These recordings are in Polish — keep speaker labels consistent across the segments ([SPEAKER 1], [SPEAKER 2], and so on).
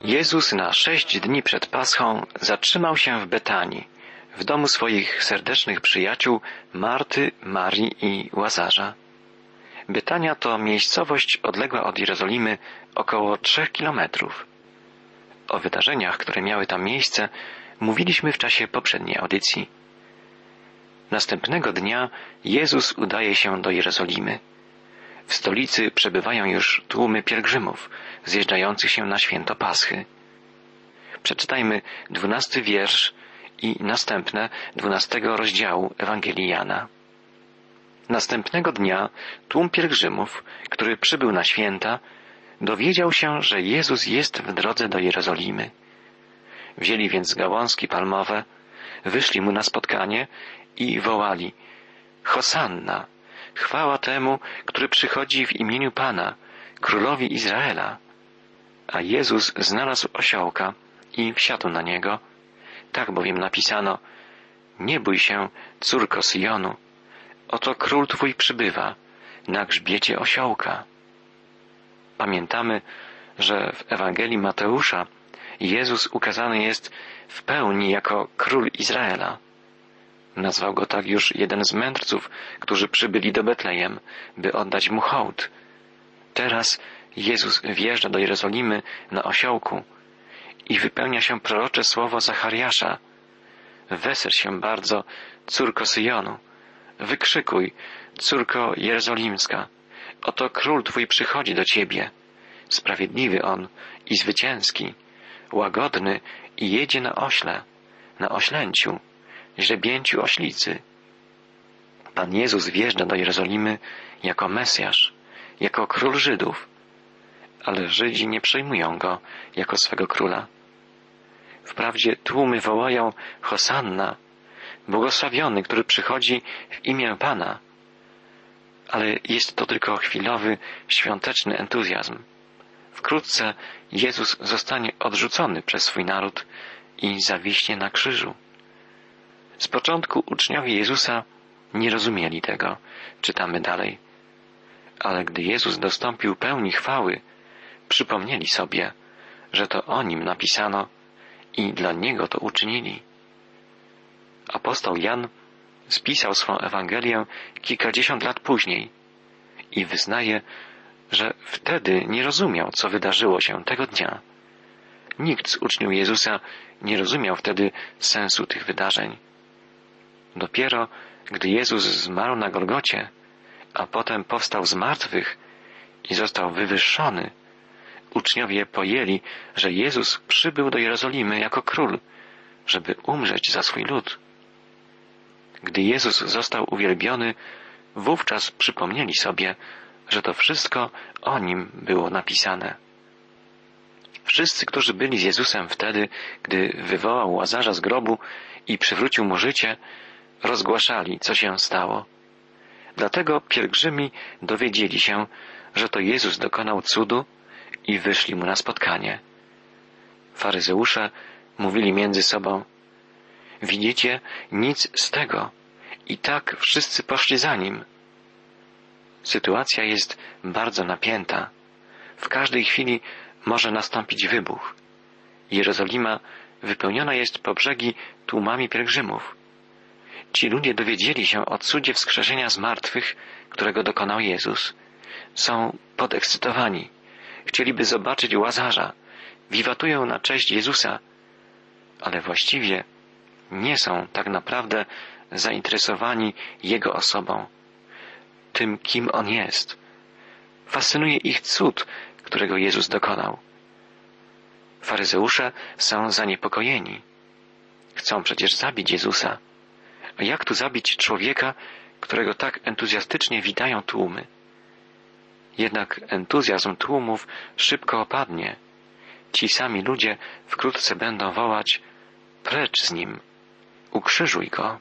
[SPEAKER 1] Jezus na 6 dni przed Paschą zatrzymał się w Betanii, w domu swoich serdecznych przyjaciół Marty, Marii i Łazarza. Betania to miejscowość odległa od Jerozolimy około 3 kilometrów. O wydarzeniach, które miały tam miejsce, mówiliśmy w czasie poprzedniej audycji. Następnego dnia Jezus udaje się do Jerozolimy. W stolicy przebywają już tłumy pielgrzymów zjeżdżających się na święto Paschy. Przeczytajmy 12 wiersz i następne 12 rozdziału Ewangelii Jana. Następnego dnia tłum pielgrzymów, który przybył na święta, dowiedział się, że Jezus jest w drodze do Jerozolimy. Wzięli więc gałązki palmowe, wyszli mu na spotkanie i wołali: Hosanna! Chwała temu, który przychodzi w imieniu Pana, królowi Izraela. A Jezus znalazł osiołka i wsiadł na niego. Tak bowiem napisano: Nie bój się, córko Syjonu, oto król twój przybywa na grzbiecie osiołka. Pamiętamy, że w Ewangelii Mateusza Jezus ukazany jest w pełni jako król Izraela. Nazwał go tak już jeden z mędrców, którzy przybyli do Betlejem, by oddać mu hołd. Teraz Jezus wjeżdża do Jerozolimy na osiołku i wypełnia się prorocze słowo Zachariasza. Weserz się bardzo, córko Syjonu. Wykrzykuj, córko jerozolimska. Oto król twój przychodzi do ciebie. Sprawiedliwy on i zwycięski, łagodny i jedzie na ośle, na oślęciu, źrebięciu oślicy. Pan Jezus wjeżdża do Jerozolimy jako Mesjasz, jako król Żydów, ale Żydzi nie przyjmują go jako swego króla. Wprawdzie tłumy wołają: Hosanna, błogosławiony, który przychodzi w imię Pana. Ale jest to tylko chwilowy, świąteczny entuzjazm. Wkrótce Jezus zostanie odrzucony przez swój naród i zawiśnie na krzyżu. Z początku uczniowie Jezusa nie rozumieli tego, czytamy dalej. Ale gdy Jezus dostąpił pełni chwały, przypomnieli sobie, że to o Nim napisano i dla Niego to uczynili. Apostoł Jan spisał swą Ewangelię kilkadziesiąt lat później i wyznaje, że wtedy nie rozumiał, co wydarzyło się tego dnia. Nikt z uczniów Jezusa nie rozumiał wtedy sensu tych wydarzeń. Dopiero gdy Jezus zmarł na Golgocie, a potem powstał z martwych i został wywyższony, uczniowie pojęli, że Jezus przybył do Jerozolimy jako król, żeby umrzeć za swój lud. Gdy Jezus został uwielbiony, wówczas przypomnieli sobie, że to wszystko o Nim było napisane. Wszyscy, którzy byli z Jezusem wtedy, gdy wywołał Łazarza z grobu i przywrócił mu życie, rozgłaszali, co się stało. Dlatego pielgrzymi dowiedzieli się, że to Jezus dokonał cudu i wyszli mu na spotkanie. Faryzeusze mówili między sobą: Widzicie, nic z tego. I tak wszyscy poszli za Nim. Sytuacja jest bardzo napięta. W każdej chwili może nastąpić wybuch. Jerozolima wypełniona jest po brzegi tłumami pielgrzymów. Ci ludzie dowiedzieli się o cudzie wskrzeszenia z martwych, którego dokonał Jezus. Są podekscytowani. Chcieliby zobaczyć Łazarza. Wiwatują na cześć Jezusa. Ale właściwie nie są tak naprawdę zainteresowani Jego osobą, tym, kim On jest. Fascynuje ich cud, którego Jezus dokonał. Faryzeusze są zaniepokojeni. Chcą przecież zabić Jezusa. A jak tu zabić człowieka, którego tak entuzjastycznie witają tłumy? Jednak entuzjazm tłumów szybko opadnie. Ci sami ludzie wkrótce będą wołać: precz z Nim, ukrzyżuj Go.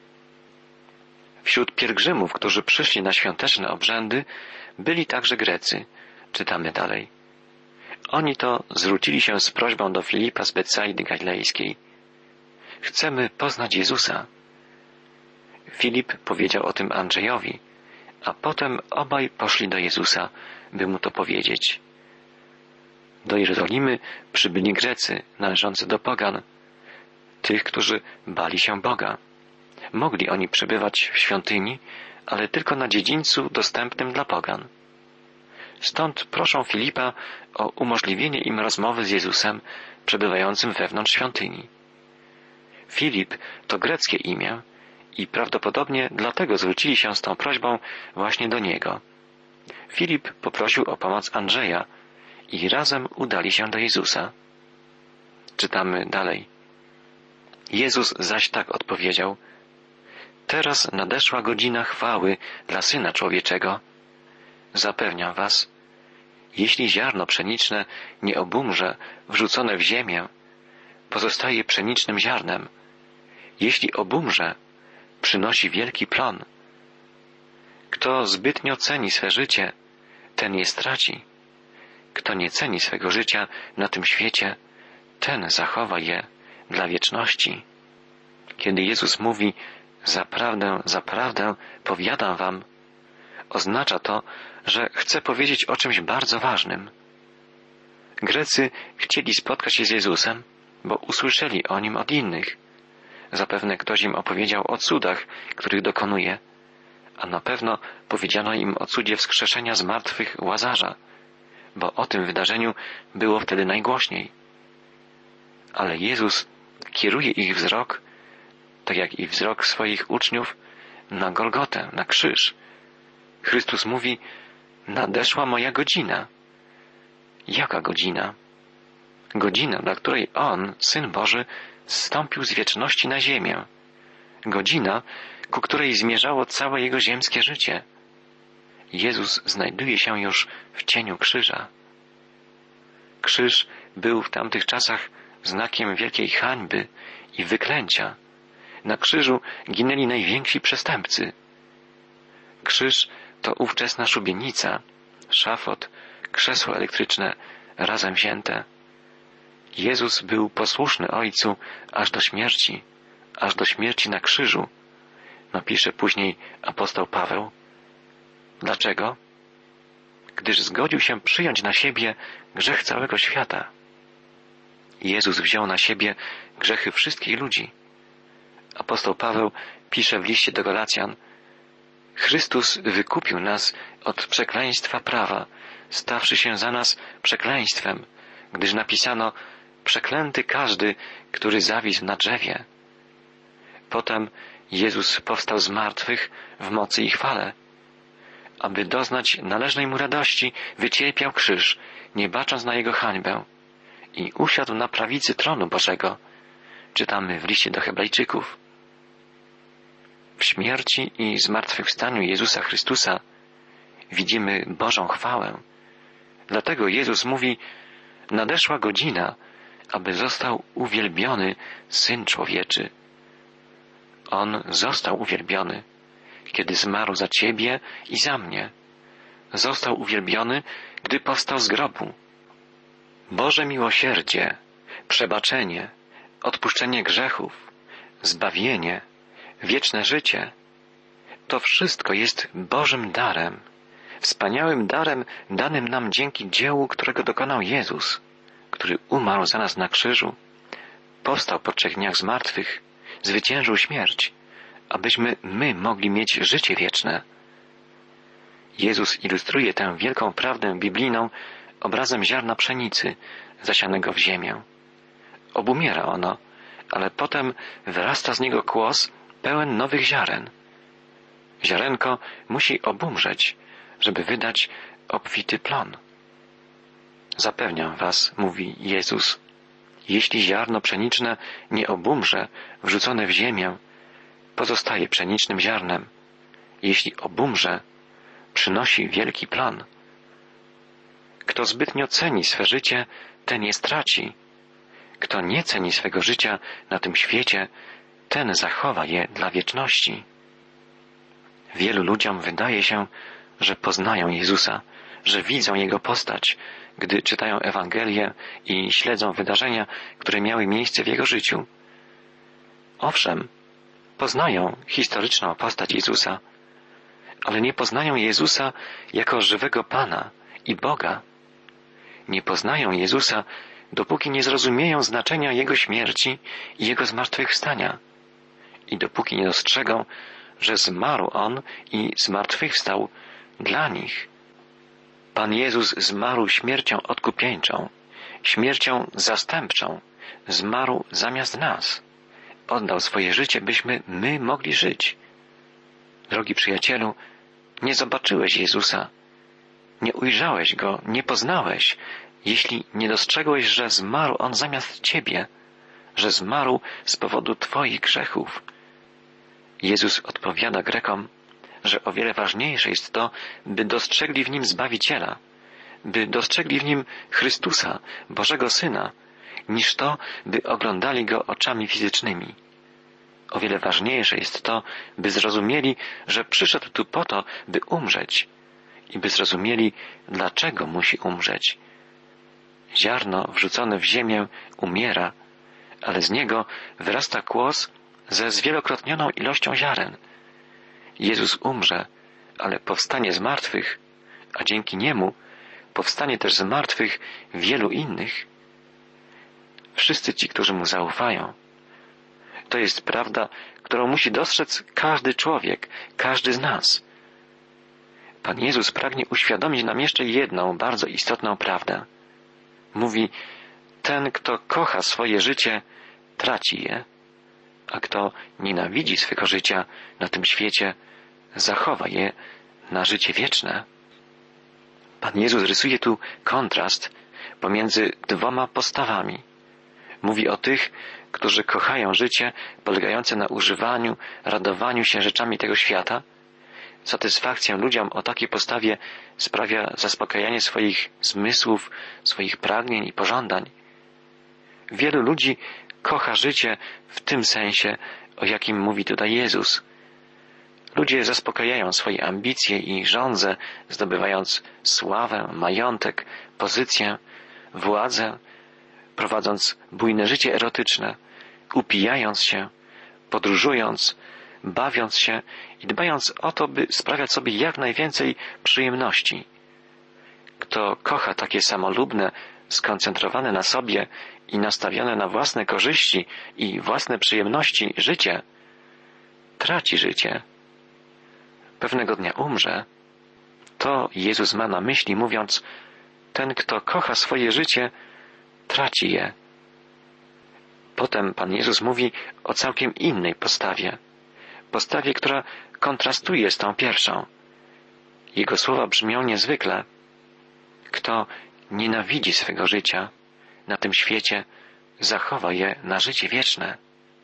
[SPEAKER 1] Wśród pielgrzymów, którzy przyszli na świąteczne obrzędy, byli także Grecy. Czytamy dalej. Oni to zwrócili się z prośbą do Filipa z Betsaidy Galilejskiej. Chcemy poznać Jezusa. Filip powiedział o tym Andrzejowi, a potem obaj poszli do Jezusa, by mu to powiedzieć. Do Jerozolimy przybyli Grecy należący do pogan, tych, którzy bali się Boga. Mogli oni przebywać w świątyni, ale tylko na dziedzińcu dostępnym dla pogan. Stąd proszą Filipa o umożliwienie im rozmowy z Jezusem przebywającym wewnątrz świątyni. Filip to greckie imię i prawdopodobnie dlatego zwrócili się z tą prośbą właśnie do niego. Filip poprosił o pomoc Andrzeja i razem udali się do Jezusa. Czytamy dalej. Jezus zaś tak odpowiedział: Teraz nadeszła godzina chwały dla Syna Człowieczego. Zapewniam was, jeśli ziarno pszeniczne nie obumrze, wrzucone w ziemię, pozostaje pszenicznym ziarnem. Jeśli obumrze, przynosi wielki plon. Kto zbytnio ceni swe życie, ten je straci. Kto nie ceni swego życia na tym świecie, ten zachowa je dla wieczności. Kiedy Jezus mówi zaprawdę, zaprawdę, powiadam wam, oznacza to, że chce powiedzieć o czymś bardzo ważnym. Grecy chcieli spotkać się z Jezusem, bo usłyszeli o Nim od innych. Zapewne ktoś im opowiedział o cudach, których dokonuje, a na pewno powiedziano im o cudzie wskrzeszenia z martwych Łazarza, bo o tym wydarzeniu było wtedy najgłośniej. Ale Jezus kieruje ich wzrok, tak jak i wzrok swoich uczniów, na Golgotę, na krzyż. Chrystus mówi: nadeszła moja godzina. Jaka godzina? Godzina, dla której On, Syn Boży, zstąpił z wieczności na ziemię. Godzina, ku której zmierzało całe Jego ziemskie życie. Jezus znajduje się już w cieniu krzyża. Krzyż był w tamtych czasach znakiem wielkiej hańby i wyklęcia. Na krzyżu ginęli najwięksi przestępcy. Krzyż to ówczesna szubienica, szafot, krzesło elektryczne, razem wzięte. Jezus był posłuszny Ojcu aż do śmierci na krzyżu, napisze później apostoł Paweł. Dlaczego? Gdyż zgodził się przyjąć na siebie grzech całego świata. Jezus wziął na siebie grzechy wszystkich ludzi. Apostoł Paweł pisze w liście do Galacjan: Chrystus wykupił nas od przekleństwa prawa, stawszy się za nas przekleństwem, gdyż napisano: przeklęty każdy, który zawisł na drzewie. Potem Jezus powstał z martwych w mocy i chwale. Aby doznać należnej mu radości, wycierpiał krzyż, nie bacząc na jego hańbę, i usiadł na prawicy tronu Bożego. Czytamy w liście do Hebrajczyków. W śmierci i zmartwychwstaniu Jezusa Chrystusa widzimy Bożą chwałę. Dlatego Jezus mówi: nadeszła godzina, aby został uwielbiony Syn Człowieczy. On został uwielbiony, kiedy zmarł za Ciebie i za mnie. Został uwielbiony, gdy powstał z grobu. Boże miłosierdzie, przebaczenie, odpuszczenie grzechów, zbawienie, wieczne życie, to wszystko jest Bożym darem, wspaniałym darem danym nam dzięki dziełu, którego dokonał Jezus, który umarł za nas na krzyżu, powstał po 3 dniach z martwych, zwyciężył śmierć, abyśmy my mogli mieć życie wieczne. Jezus ilustruje tę wielką prawdę biblijną obrazem ziarna pszenicy zasianego w ziemię. Obumiera ono, ale potem wyrasta z niego kłos pełen nowych ziaren. Ziarenko musi obumrzeć, żeby wydać obfity plon. Zapewniam was, mówi Jezus, jeśli ziarno pszeniczne nie obumrze, wrzucone w ziemię, pozostaje pszenicznym ziarnem. Jeśli obumrze, przynosi wielki plon. Kto zbytnio ceni swe życie, ten je straci. Kto nie ceni swego życia na tym świecie, ten zachowa je dla wieczności. Wielu ludziom wydaje się, że poznają Jezusa, że widzą Jego postać, gdy czytają Ewangelię i śledzą wydarzenia, które miały miejsce w Jego życiu. Owszem, poznają historyczną postać Jezusa, ale nie poznają Jezusa jako żywego Pana i Boga. nie poznają Jezusa, dopóki nie zrozumieją znaczenia Jego śmierci i Jego zmartwychwstania i dopóki nie dostrzegą, że zmarł On i zmartwychwstał dla nich. Pan Jezus zmarł śmiercią odkupieńczą, śmiercią zastępczą, zmarł zamiast nas. Oddał swoje życie, byśmy my mogli żyć. Drogi przyjacielu, nie zobaczyłeś Jezusa, nie ujrzałeś Go, nie poznałeś, jeśli nie dostrzegłeś, że zmarł On zamiast ciebie, że zmarł z powodu twoich grzechów. Jezus odpowiada Grekom, że o wiele ważniejsze jest to, by dostrzegli w Nim Zbawiciela, by dostrzegli w Nim Chrystusa, Bożego Syna, niż to, by oglądali Go oczami fizycznymi. O wiele ważniejsze jest to, by zrozumieli, że przyszedł tu po to, by umrzeć i by zrozumieli, dlaczego musi umrzeć. Ziarno wrzucone w ziemię umiera, ale z niego wyrasta kłos ze zwielokrotnioną ilością ziaren. Jezus umrze, ale powstanie z martwych, a dzięki Niemu powstanie też z martwych wielu innych. Wszyscy ci, którzy Mu zaufają. To jest prawda, którą musi dostrzec każdy człowiek, każdy z nas. Pan Jezus pragnie uświadomić nam jeszcze jedną bardzo istotną prawdę. Mówi, ten, kto kocha swoje życie, traci je, a kto nienawidzi swego życia na tym świecie, zachowa je na życie wieczne. Pan Jezus rysuje tu kontrast pomiędzy dwoma postawami. Mówi o tych, którzy kochają życie polegające na używaniu, radowaniu się rzeczami tego świata. Satysfakcję ludziom o takiej postawie sprawia zaspokajanie swoich zmysłów, swoich pragnień i pożądań. Wielu ludzi kocha życie w tym sensie, o jakim mówi tutaj Jezus. Ludzie zaspokajają swoje ambicje i żądze, zdobywając sławę, majątek, pozycję, władzę, prowadząc bujne życie erotyczne, upijając się, podróżując, bawiąc się i dbając o to, by sprawiać sobie jak najwięcej przyjemności. Kto kocha takie samolubne, skoncentrowane na sobie i nastawione na własne korzyści i własne przyjemności życie, traci życie. Pewnego dnia umrze. To Jezus ma na myśli, mówiąc, ten, kto kocha swoje życie, traci je. Potem Pan Jezus mówi o całkiem innej postawie. Postawie, która kontrastuje z tą pierwszą. Jego słowa brzmią niezwykle. Kto nienawidzi swego życia na tym świecie, zachowa je na życie wieczne.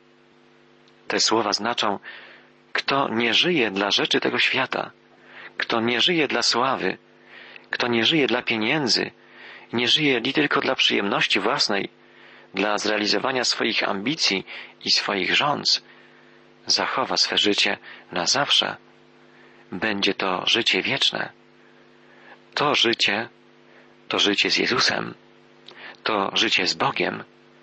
[SPEAKER 1] Te słowa znaczą, kto nie żyje dla rzeczy tego świata, kto nie żyje dla sławy, kto nie żyje dla pieniędzy, nie żyje li tylko dla przyjemności własnej, dla zrealizowania swoich ambicji i swoich żądz, zachowa swe życie na zawsze. Będzie to życie wieczne. To życie z Jezusem. To życie z Bogiem.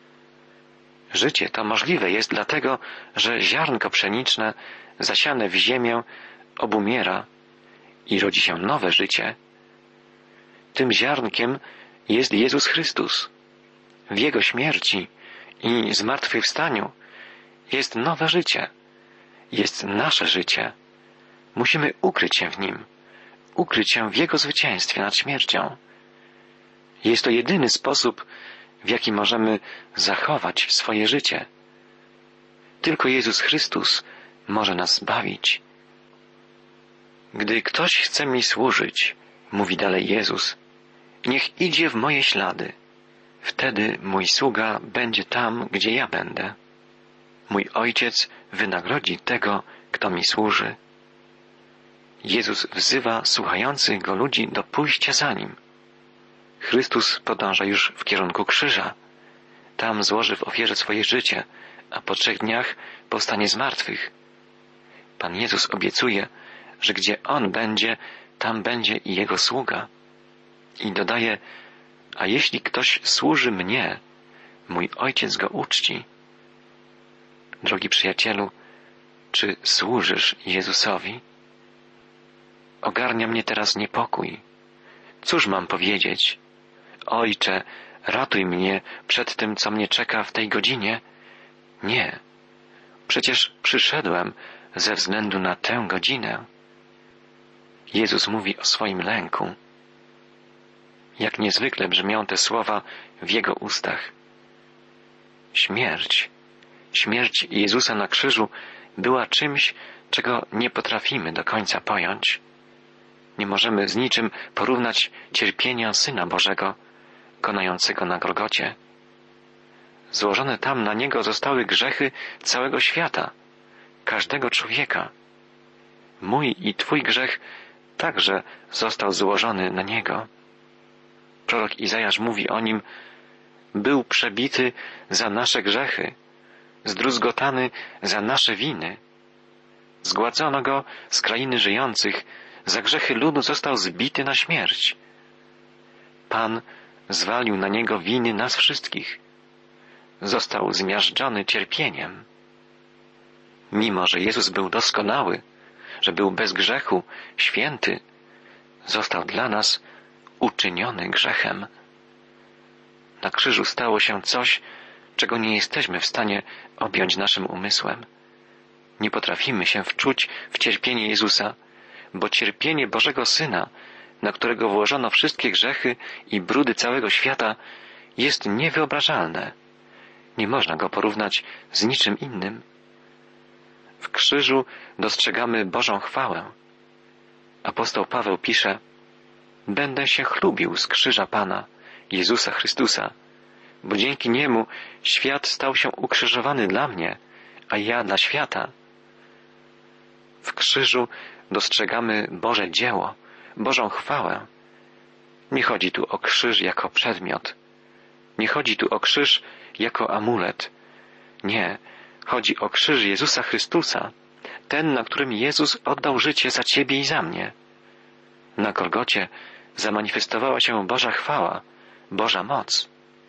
[SPEAKER 1] Życie to możliwe jest dlatego, że ziarnko pszeniczne zasiane w ziemię obumiera i rodzi się nowe życie. Tym ziarnkiem jest Jezus Chrystus. W Jego śmierci i zmartwychwstaniu jest nowe życie. Jest nasze życie. Musimy ukryć się w Nim. Ukryć się w Jego zwycięstwie nad śmiercią. Jest to jedyny sposób, w jaki możemy zachować swoje życie. Tylko Jezus Chrystus może nas zbawić. Gdy ktoś chce mi służyć, mówi dalej Jezus, niech idzie w moje ślady. Wtedy mój sługa będzie tam, gdzie ja będę. Mój Ojciec wynagrodzi tego, kto mi służy. Jezus wzywa słuchających Go ludzi do pójścia za Nim. Chrystus podąża już w kierunku krzyża. Tam złoży w ofierze swoje życie, a po 3 dniach powstanie z martwych. Pan Jezus obiecuje, że gdzie On będzie, tam będzie i Jego sługa. I dodaje, a jeśli ktoś służy mnie, mój Ojciec go uczci. Drogi przyjacielu, czy służysz Jezusowi? Ogarnia mnie teraz niepokój. Cóż mam powiedzieć? Ojcze, ratuj mnie przed tym, co mnie czeka w tej godzinie. Nie. Przecież przyszedłem ze względu na tę godzinę. Jezus mówi o swoim lęku. Jak niezwykle brzmią te słowa w Jego ustach. Śmierć Jezusa na krzyżu była czymś, czego nie potrafimy do końca pojąć. Nie możemy z niczym porównać cierpienia Syna Bożego, konającego na Golgocie. Złożone tam na Niego zostały grzechy całego świata, każdego człowieka. Mój i Twój grzech także został złożony na Niego. Prorok Izajasz mówi o Nim: był przebity za nasze grzechy, zdruzgotany za nasze winy. Zgładzono Go z krainy żyjących, za grzechy ludu został zbity na śmierć. Pan zwalił na Niego winy nas wszystkich. Został zmiażdżony cierpieniem. Mimo że Jezus był doskonały, że był bez grzechu, święty, został dla nas uczyniony grzechem. Na krzyżu stało się coś, czego nie jesteśmy w stanie objąć naszym umysłem. Nie potrafimy się wczuć w cierpienie Jezusa, bo cierpienie Bożego Syna, na którego włożono wszystkie grzechy i brudy całego świata, jest niewyobrażalne. Nie można go porównać z niczym innym. W krzyżu dostrzegamy Bożą chwałę. Apostoł Paweł pisze: będę się chlubił z krzyża Pana, Jezusa Chrystusa, bo dzięki Niemu świat stał się ukrzyżowany dla mnie, a ja dla świata. W krzyżu dostrzegamy Boże dzieło, Bożą chwałę. Nie chodzi tu o krzyż jako przedmiot. Nie chodzi tu o krzyż jako amulet. Nie, chodzi o krzyż Jezusa Chrystusa, ten, na którym Jezus oddał życie za Ciebie i za mnie. Na Golgocie zamanifestowała się Boża chwała, Boża moc.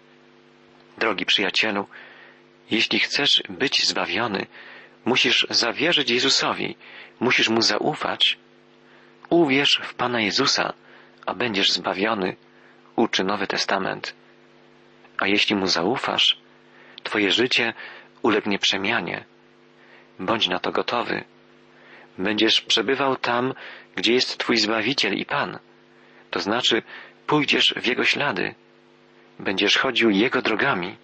[SPEAKER 1] Drogi przyjacielu, jeśli chcesz być zbawiony, musisz zawierzyć Jezusowi, musisz Mu zaufać. Uwierz w Pana Jezusa, a będziesz zbawiony, uczy Nowy Testament. A jeśli Mu zaufasz, Twoje życie ulegnie przemianie. Bądź na to gotowy. Będziesz przebywał tam, gdzie jest Twój Zbawiciel i Pan. To znaczy, pójdziesz w Jego ślady. Będziesz chodził Jego drogami.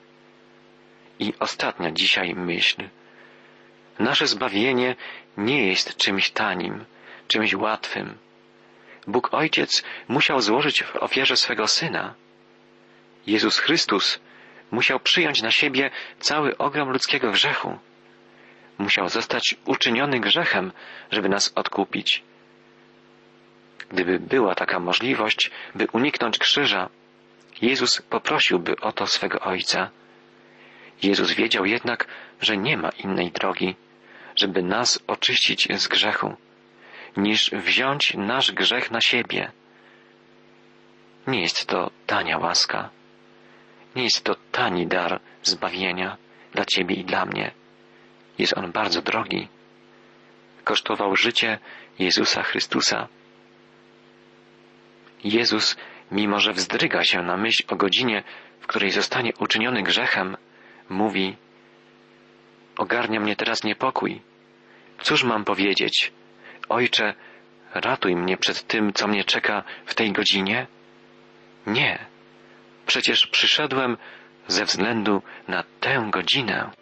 [SPEAKER 1] I ostatnia dzisiaj myśl. Nasze zbawienie nie jest czymś tanim, czymś łatwym. Bóg Ojciec musiał złożyć w ofierze swego Syna. Jezus Chrystus musiał przyjąć na siebie cały ogrom ludzkiego grzechu. Musiał zostać uczyniony grzechem, żeby nas odkupić. Gdyby była taka możliwość, by uniknąć krzyża, Jezus poprosiłby o to swego Ojca. Jezus wiedział jednak, że nie ma innej drogi, żeby nas oczyścić z grzechu, niż wziąć nasz grzech na siebie. Nie jest to tania łaska. Nie jest to tani dar zbawienia dla Ciebie i dla mnie. Jest on bardzo drogi. Kosztował życie Jezusa Chrystusa. Jezus, mimo że wzdryga się na myśl o godzinie, w której zostanie uczyniony grzechem, mówi: ogarnia mnie teraz niepokój. Cóż mam powiedzieć? Ojcze, ratuj mnie przed tym, co mnie czeka w tej godzinie? Nie. Przecież przyszedłem ze względu na tę godzinę.